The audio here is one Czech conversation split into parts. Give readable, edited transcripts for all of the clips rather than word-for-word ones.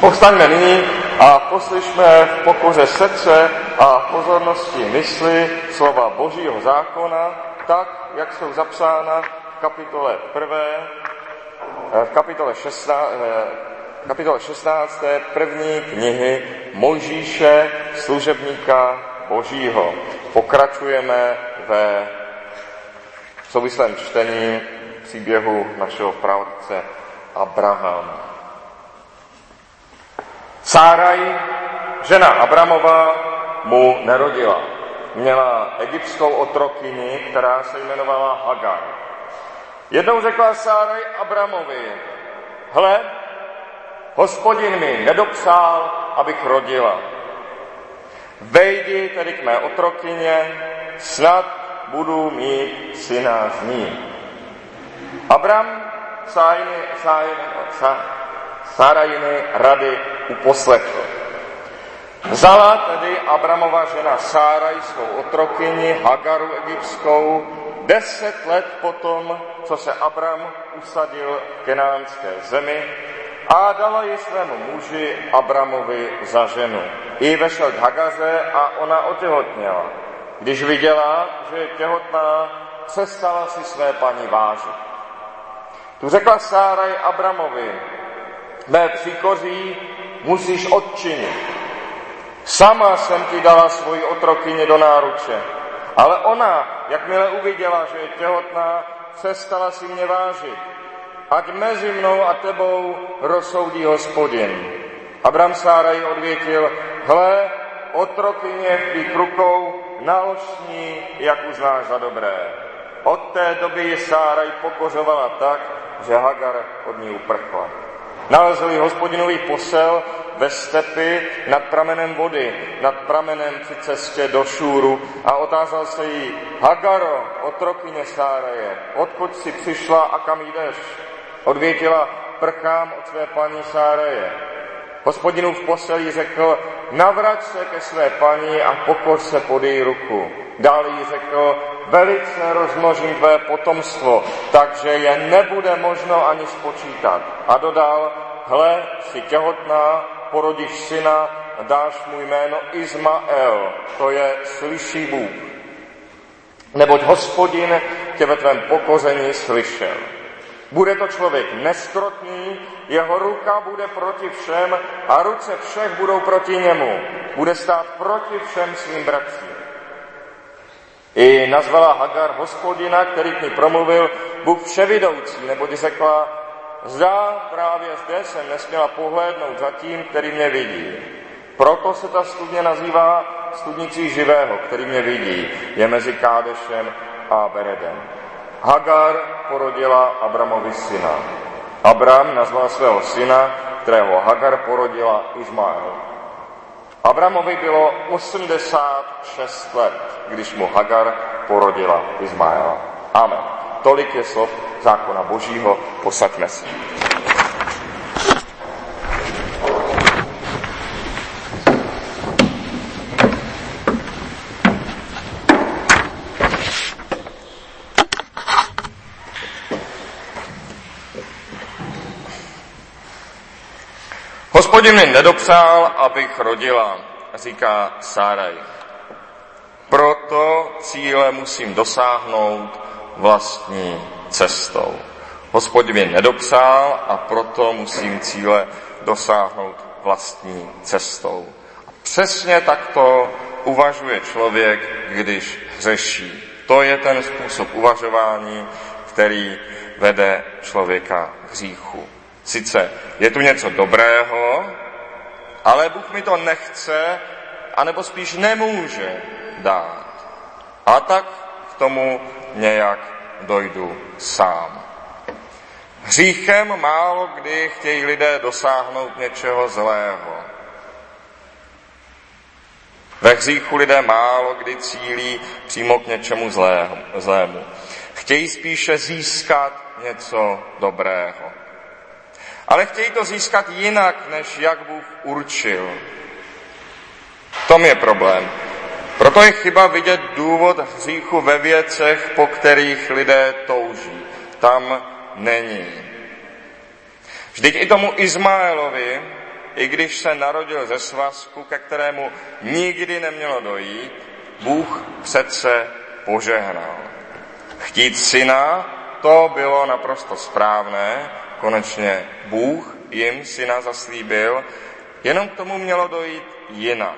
Povstaňme nyní a poslyšme v pokoře srdce a pozornosti mysli slova Božího zákona, tak, jak jsou zapsána v kapitole 16. první knihy Mojžíše, služebníka Božího. Pokračujeme ve souvislém čtení příběhu našeho praotce Abrahama. Sáraj, žena Abramova, mu nerodila. Měla egyptskou otrokyni, která se jmenovala Hagar. Jednou řekla Sáraj Abramovi: hle, Hospodin mi nedopřál, abych rodila. Vejdi tedy k mé otrokyně, snad budu mít syna z ní. Abram Sárajiny rady uposlechl. Vzala tedy Abramova žena Sáraj svou otrokyni Hagaru egyptskou 10 let potom, co se Abram usadil v kenánské zemi, a dala ji svému muži Abramovi za ženu. I vešel k Hagaře a ona otěhotněla. Když viděla, že je těhotná, přestala si své paní vážit. Tu řekla Sáraj Abramovi: mé příkoří musíš odčinit. Sama jsem ti dala svoji otrokyni do náruče, ale ona, jakmile uviděla, že je těhotná, přestala si mě vážit. Ať mezi mnou a tebou rozsoudí Hospodin. Abram Sáraj odvětil: hle, otrokyně v tvých rukou, nalož s ní, jak uznáš za dobré. Od té doby ji Sáraj pokořovala tak, že Hagar od ní uprchla. Nalezl ji Hospodinový posel ve stepi nad pramenem vody, nad pramenem při cestě do Šúru, a otázal se jí: Hagaro, otrokyně Sáraje, odkud jsi přišla a kam jdeš? Odvětila: prchám od své paní Sáraje. Hospodinův posel jí řekl: navrať se ke své paní a pokoř se pod její ruku. Dále jí řekl: velice rozmnožím tvé potomstvo, takže je nebude možno ani spočítat. A dodal: hle, jsi těhotná, porodíš syna a dáš mu jméno Izmael, to je slyší Bůh. Neboť Hospodin tě ve tvém pokoření slyšel. Bude to člověk neskrotný, jeho ruka bude proti všem a ruce všech budou proti němu. Bude stát proti všem svým bratřím. I nazvala Hagar Hospodina, který k ní promluvil, Bůh vševidoucí, neboť řekla: zdá, právě zde jsem nesměla pohlédnout za tím, který mě vidí. Proto se ta studně nazývá studnicí živého, který mě vidí. Je mezi Kádešem a Beredem. Hagar porodila Abramovi syna. Abram nazval svého syna, kterého Hagar porodila, Izmael. Abramovi bylo 86 let, když mu Hagar porodila Izmaela. Amen. Tolik je slov zákona Božího, posaďme se. Hospodin mi nedopřál, abych rodila, říká Sáraj. Proto cíle musím dosáhnout vlastní cestou. Hospodin mi nedopřál a proto musím cíle dosáhnout vlastní cestou. A přesně takto uvažuje člověk, když hřeší. To je ten způsob uvažování, který vede člověka k hříchu. Sice je tu něco dobrého, ale Bůh mi to nechce, anebo spíš nemůže dát. A tak k tomu nějak dojdu sám. Hříchem málo kdy chtějí lidé dosáhnout něčeho zlého. Ve hříchu lidé málo kdy cílí přímo k něčemu zlému. Chtějí spíše získat něco dobrého. Ale chtějí to získat jinak, než jak Bůh určil. V tom je problém. Proto je chyba vidět důvod hříchu ve věcech, po kterých lidé touží. Tam není. Vždyť i tomu Izmaelovi i když se narodil ze svazku, ke kterému nikdy nemělo dojít, Bůh přece požehnal. Chtít syna, to bylo naprosto správné, konečně Bůh jim syna zaslíbil, jenom k tomu mělo dojít jinak.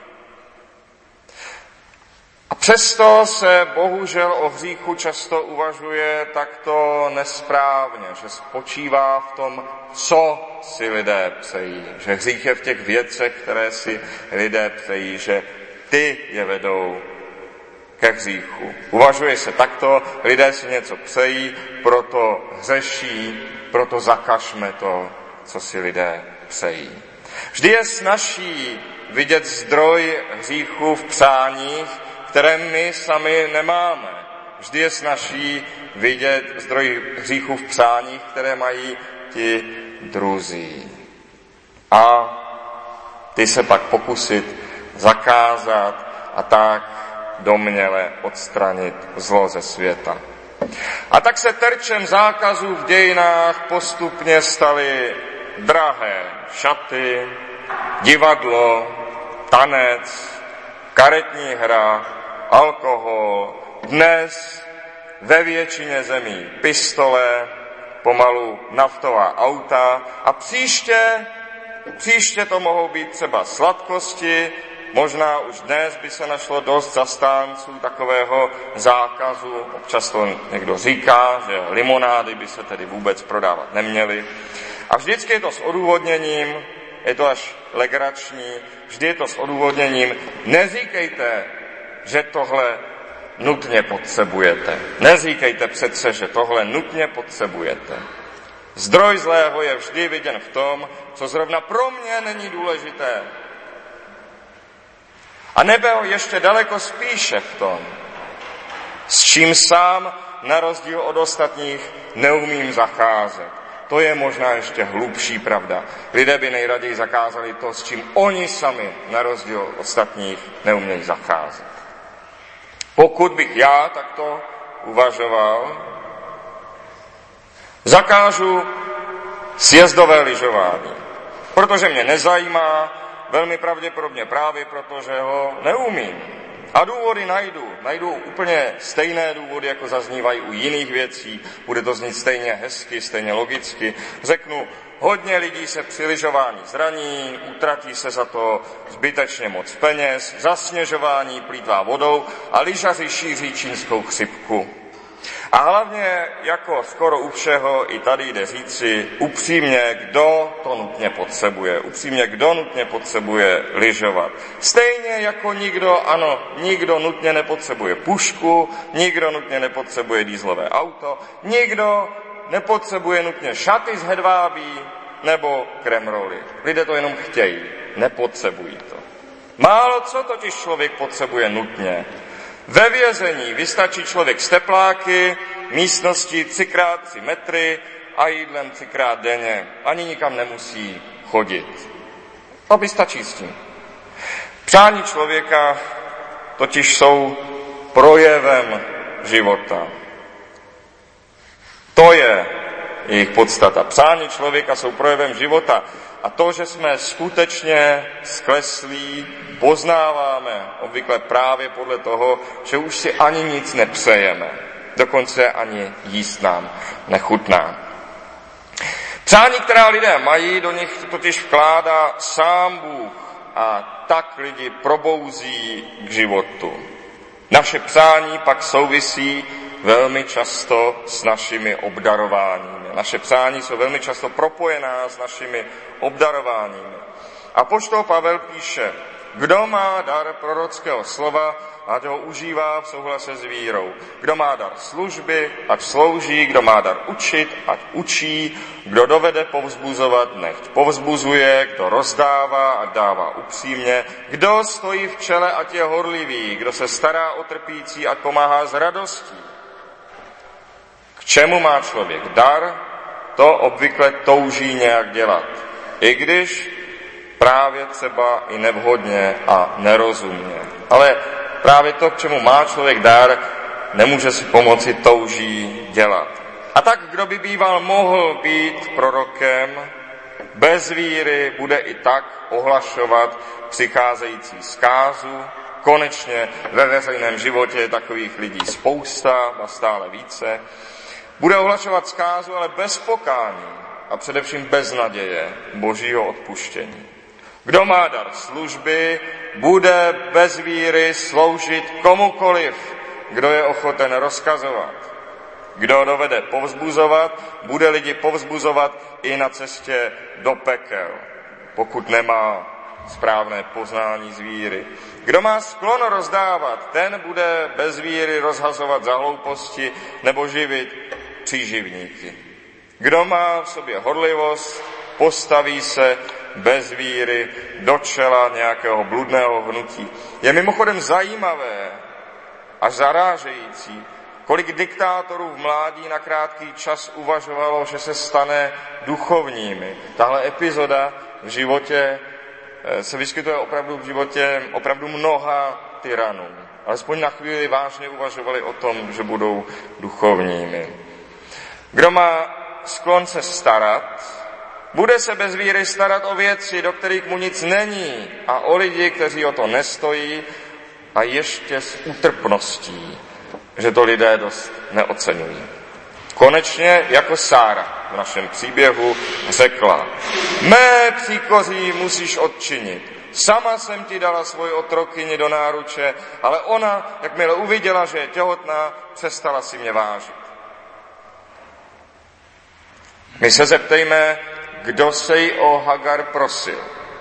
A přesto se bohužel o hříchu často uvažuje takto nesprávně, že spočívá v tom, co si lidé přejí. Že hřích je v těch věcech, které si lidé přejí, že ty je vedou ke hříchu. Uvažuje se takto, lidé si něco přejí, proto hřeší, proto zakažme to, co si lidé přejí. Vždy je snazší vidět zdroj hříchu v přáních, které my sami nemáme. Vždy je snazší vidět zdroj hříchu v přáních, které mají ti druzí. A ty se pak pokusit zakázat a tak domněle odstranit zlo ze světa. A tak se terčem zákazů v dějinách postupně staly drahé šaty, divadlo, tanec, karetní hra, alkohol, dnes ve většině zemí pistole, pomalu naftová auta a příště to mohou být třeba sladkosti, možná už dnes by se našlo dost zastánců takového zákazu, občas to někdo říká, že limonády by se tedy vůbec prodávat neměly. A vždycky je to s odůvodněním, je to až legrační, vždy je to s odůvodněním, neříkejte, že tohle nutně potřebujete. Neříkejte přece, že tohle nutně potřebujete. Zdroj zlého je vždy viděn v tom, co zrovna pro mě není důležité. A nebo ještě daleko spíše v tom, s čím sám na rozdíl od ostatních neumím zacházet. To je možná ještě hlubší pravda. Lidé by nejraději zakázali to, s čím oni sami na rozdíl od ostatních neumějí zacházet. Pokud bych já takto uvažoval, zakážu sjezdové lyžování, protože mě nezajímá, velmi pravděpodobně právě proto, že ho neumím. A důvody najdu úplně stejné důvody, jako zaznívají u jiných věcí, bude to znít stejně hezky, stejně logicky. Řeknu, hodně lidí se při lyžování zraní, utratí se za to zbytečně moc peněz, zasněžování plýtvá vodou a lyžaři šíří čínskou chřipku. A hlavně, jako skoro u všeho, i tady jde říci upřímně, kdo to nutně potřebuje. Upřímně, kdo nutně potřebuje lyžovat. Stejně jako nikdo nutně nepotřebuje pušku, nikdo nutně nepotřebuje dieselové auto, nikdo nepotřebuje nutně šaty z hedvábí nebo kremroly. Lidé to jenom chtějí, nepotřebují to. Málo co totiž člověk potřebuje nutně. Ve vězení vystačí člověk s tepláky, místností 3x3 metry a jídlem 3x denně. Ani nikam nemusí chodit. To vystačí s tím. Přání člověka totiž jsou projevem života. To je jejich podstata. Přání člověka jsou projevem života. A to, že jsme skutečně skleslí, poznáváme obvykle právě podle toho, že už si ani nic nepřejeme. Dokonce ani jíst nám nechutná. Přání, která lidé mají, do nich totiž vkládá sám Bůh a tak lidi probouzí k životu. Naše přání pak souvisí velmi často s našimi obdarováními. Naše přání jsou velmi často propojená s našimi obdarováními. Apoštol Pavel píše, kdo má dar prorockého slova, ať ho užívá v souhlase s vírou. Kdo má dar služby, ať slouží, kdo má dar učit, ať učí, kdo dovede povzbuzovat, nechť povzbuzuje, kdo rozdává, ať dává upřímně, kdo stojí v čele, ať je horlivý, kdo se stará o trpící, ať pomáhá s radostí. K čemu má člověk dar, to obvykle touží nějak dělat. I když právě třeba i nevhodně a nerozumně. Ale právě to, k čemu má člověk dar, nemůže si pomoci, touží dělat. A tak, kdo by býval mohl být prorokem, bez víry bude i tak ohlašovat přicházející zkázu. Konečně ve veřejném životě je takových lidí spousta a stále více. Bude ohlašovat zkázu, ale bez pokání a především bez naděje Božího odpuštění. Kdo má dar služby, bude bez víry sloužit komukoliv, kdo je ochoten rozkazovat. Kdo dovede povzbuzovat, bude lidi povzbuzovat i na cestě do pekel, pokud nemá správné poznání z víry. Kdo má sklon rozdávat, ten bude bez víry rozhazovat za hlouposti nebo živit příživníky. Kdo má v sobě horlivost, postaví se bez víry do čela nějakého bludného hnutí. Je mimochodem zajímavé a zarážející, kolik diktátorů v mládí na krátký čas uvažovalo, že se stane duchovními. Tahle epizoda v životě se vyskytuje opravdu v životě opravdu mnoha tyranů. Alespoň na chvíli vážně uvažovali o tom, že budou duchovními. Kdo má sklon se starat, bude se bez víry starat o věci, do kterých mu nic není, a o lidi, kteří o to nestojí, a ještě s útrpností, že to lidé dost neoceňují. Konečně jako Sára v našem příběhu řekla: mé příkoří musíš odčinit. Sama jsem ti dala svoji otrokyni do náruče, ale ona, jakmile uviděla, že je těhotná, přestala si mě vážit. My se zeptejme, kdo se jí o Hagar prosil.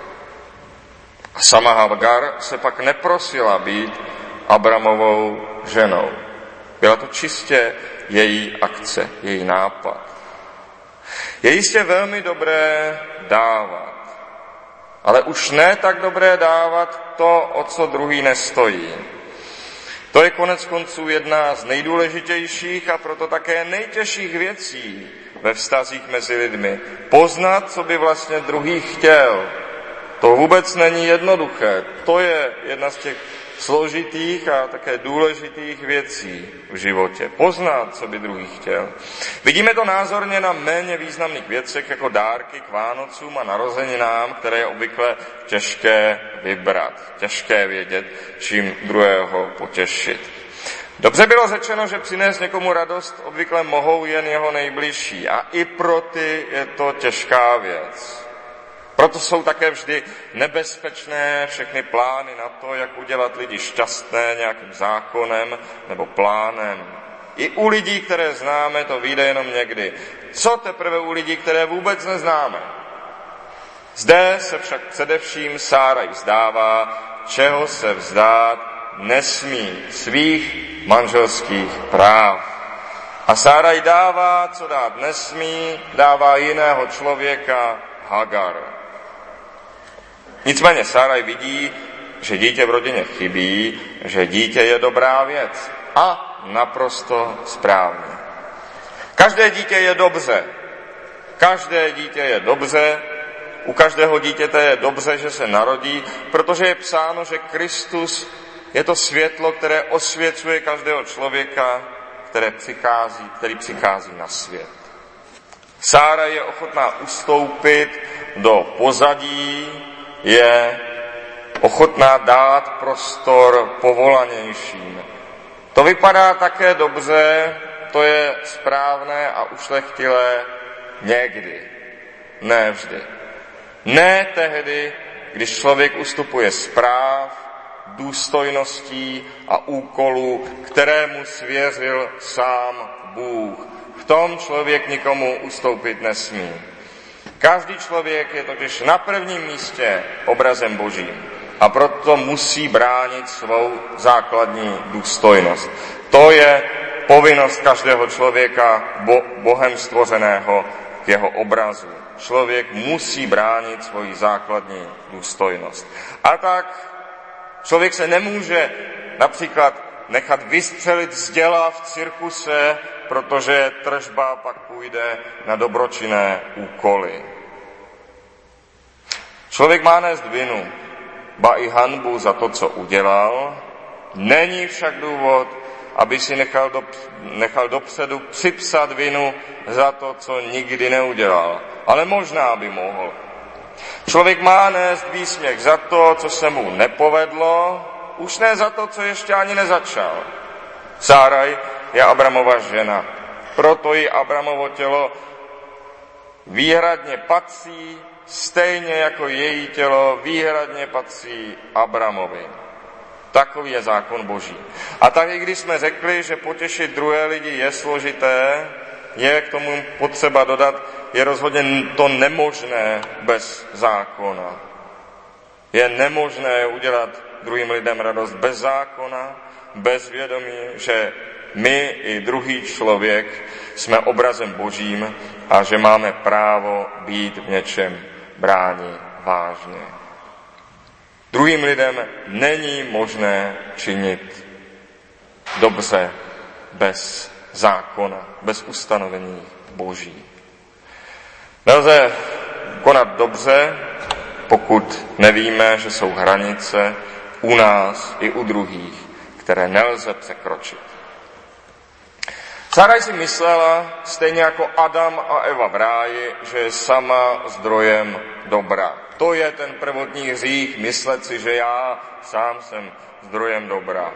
A sama Hagar se pak neprosila být Abramovou ženou. Byla to čistě její akce, její nápad. Je jistě velmi dobré dávat, ale už ne tak dobré dávat to, o co druhý nestojí. To je konec konců jedna z nejdůležitějších a proto také nejtěžších věcí ve vztazích mezi lidmi. Poznat, co by vlastně druhý chtěl. To vůbec není jednoduché. To je jedna z těch složitých a také důležitých věcí v životě. Poznat, co by druhý chtěl. Vidíme to názorně na méně významných věcech, jako dárky k Vánocům a narozeninám, které je obvykle těžké vybrat. Těžké vědět, čím druhého potěšit. Dobře bylo řečeno, že přinést někomu radost obvykle mohou jen jeho nejbližší. A i pro ty je to těžká věc. Proto jsou také vždy nebezpečné všechny plány na to, jak udělat lidi šťastné nějakým zákonem nebo plánem. I u lidí, které známe, to vyjde jenom někdy. Co teprve u lidí, které vůbec neznáme? Zde se však především Sára vzdává, čeho se vzdát nesmí, svých manželských práv. A Sára jí dává, co dát nesmí, dává jiného člověka, Hagar. Nicméně Sára vidí, že dítě v rodině chybí, že dítě je dobrá věc a naprosto správně. Každé dítě je dobře. Každé dítě je dobře. U každého dítěte je dobře, že se narodí, protože je psáno, že Kristus je to světlo, které osvěcuje každého člověka, který přichází na svět. Sára je ochotná ustoupit do pozadí, je ochotná dát prostor povolanějším. To vypadá také dobře, to je správné a ušlechtilé někdy, ne vždy. Ne tehdy, když člověk ustupuje z práv, důstojností a úkolů, které mu svěřil sám Bůh. V tom člověk nikomu ustoupit nesmí. Každý člověk je totiž na prvním místě obrazem Božím a proto musí bránit svou základní důstojnost. To je povinnost každého člověka Bohem stvořeného k jeho obrazu. Člověk musí bránit svoji základní důstojnost. A tak člověk se nemůže například nechat vystřelit z děla v cirkuse, protože tržba pak půjde na dobročinné úkoly. Člověk má nést vinu, ba i hanbu za to, co udělal. Není však důvod, aby si nechal dopředu připsat vinu za to, co nikdy neudělal. ale možná by mohl. Člověk má nést výsměch za to, co se mu nepovedlo, už ne za to, co ještě ani nezačal. Sáraj je Abramova žena, proto jí Abramovo tělo výhradně patří, stejně jako její tělo výhradně patří Abramovi. Takový je zákon Boží. A tak i když jsme řekli, že potěšit druhé lidi je složité, je k tomu potřeba dodat, je rozhodně to nemožné bez zákona. Je nemožné udělat druhým lidem radost bez zákona, bez vědomí, že my i druhý člověk jsme obrazem Božím a že máme právo být v něčem bráni vážně. Druhým lidem není možné činit dobře bez zákona, bez ustanovení Boží. Nelze konat dobře, pokud nevíme, že jsou hranice u nás i u druhých, které nelze překročit. Sáraj si myslela, stejně jako Adam a Eva v ráji, že je sama zdrojem dobra. To je ten prvotní hřích, myslet si, že já sám jsem zdrojem dobra.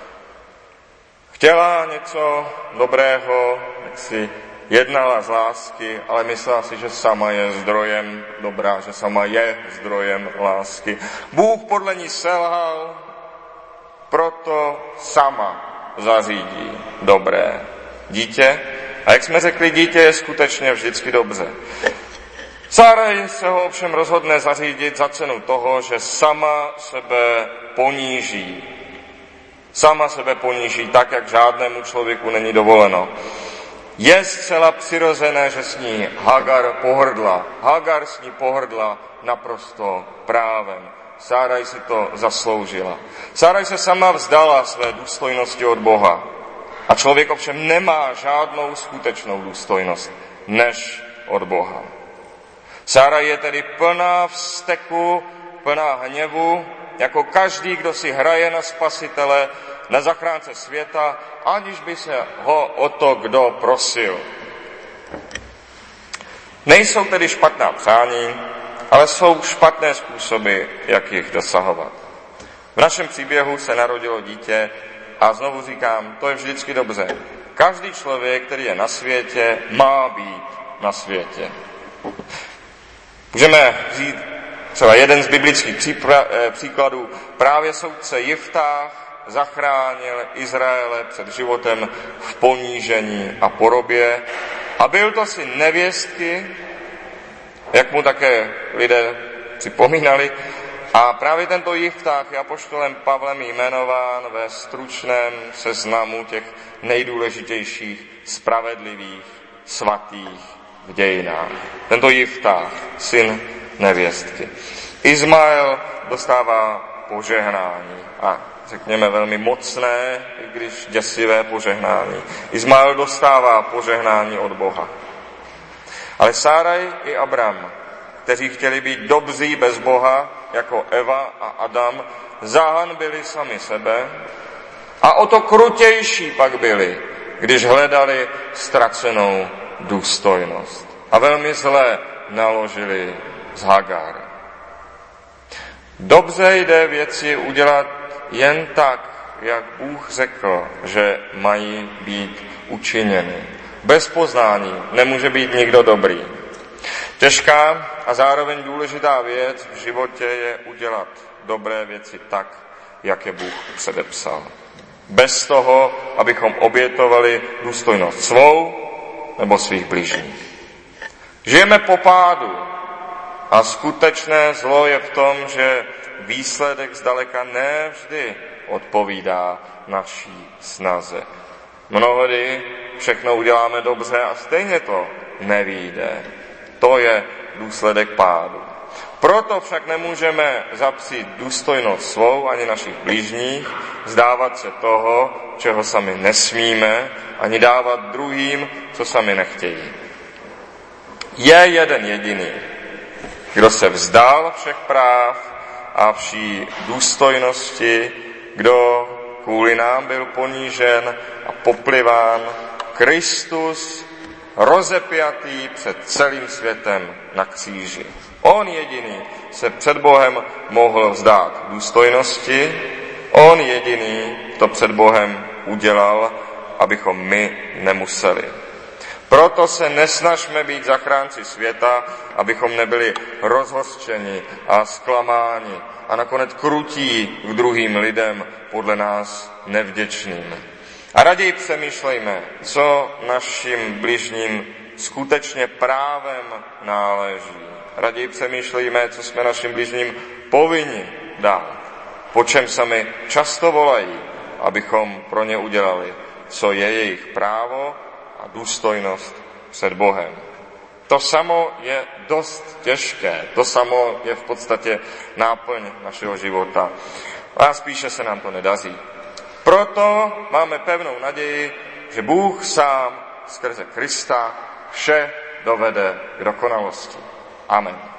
Chtěla něco dobrého, tak si jednala z lásky, ale myslela si, že sama je zdrojem dobra, že sama je zdrojem lásky. Bůh podle ní selhal, proto sama zařídí dobré dítě. A jak jsme řekli, dítě je skutečně vždycky dobře. Sáraj se ho ovšem rozhodne zařídit za cenu toho, že sama sebe poníží. Sama sebe poníží tak, jak žádnému člověku není dovoleno. Je zcela přirozené, že s ní Hagar pohrdla. Hagar s ní pohrdla naprosto právem. Sáraj si to zasloužila. Sáraj se sama vzdala své důstojnosti od Boha. A člověk ovšem nemá žádnou skutečnou důstojnost než od Boha. Sáraj je tedy plná vzteku, plná hněvu, jako každý, kdo si hraje na Spasitele, na zachránce světa, aniž by se ho o to kdo prosil. Nejsou tedy špatná přání, ale jsou špatné způsoby, jak jich dosahovat. V našem příběhu se narodilo dítě a znovu říkám, to je vždycky dobře. Každý člověk, který je na světě, má být na světě. Můžeme říct třeba jeden z biblických příkladů. Právě soudce Jiftách zachránil Izraele před životem v ponížení a porobě. A byl to syn nevěstky, jak mu také lidé připomínali. A právě tento Jiftách je apoštolem Pavlem jmenován ve stručném seznamu těch nejdůležitějších, spravedlivých, svatých v dějinách. Tento Jiftách, syn nevěstky. Izmael dostává požehnání a řekněme velmi mocné, i když děsivé požehnání. Izmael dostává požehnání od Boha. Ale Sáraj i Abram, kteří chtěli být dobří bez Boha, jako Eva a Adam, zahanbili sami sebe a o to krutější pak byli, když hledali ztracenou důstojnost. A velmi zle naložili z Hagar. Dobře jde věci udělat jen tak, jak Bůh řekl, že mají být učiněny. Bez poznání nemůže být nikdo dobrý. Těžká a zároveň důležitá věc v životě je udělat dobré věci tak, jak je Bůh předepsal. Bez toho, abychom obětovali důstojnost svou nebo svých bližních. Žijeme po pádu a skutečné zlo je v tom, že výsledek zdaleka ne vždy odpovídá naší snaze. Mnohdy všechno uděláme dobře a stejně to nevyjde. To je důsledek pádu. Proto však nemůžeme zapřít důstojnost svou ani našich blížních, vzdávat se toho, čeho sami nesmíme, ani dávat druhým, co sami nechtějí. Je jeden jediný, kdo se vzdal všech práv a vší důstojnosti, kdo kvůli nám byl ponížen a popliván, Kristus, rozepjatý před celým světem na kříži. On jediný se před Bohem mohl vzdát důstojnosti, on jediný to před Bohem udělal, abychom my nemuseli. Proto se nesnažme být zachránci světa, abychom nebyli rozhořčeni a zklamáni a nakonec krutí k druhým lidem podle nás nevděčným. A raději přemýšlejme, co našim bližním skutečně právem náleží. Raději přemýšlejme, co jsme našim bližním povinni dát, po čem sami často volají, abychom pro ně udělali, co je jejich právo a důstojnost před Bohem. To samo je dost těžké, to samo je v podstatě náplň našeho života. A spíše se nám to nedaří. Proto máme pevnou naději, že Bůh sám skrze Krista vše dovede k dokonalosti. Amen.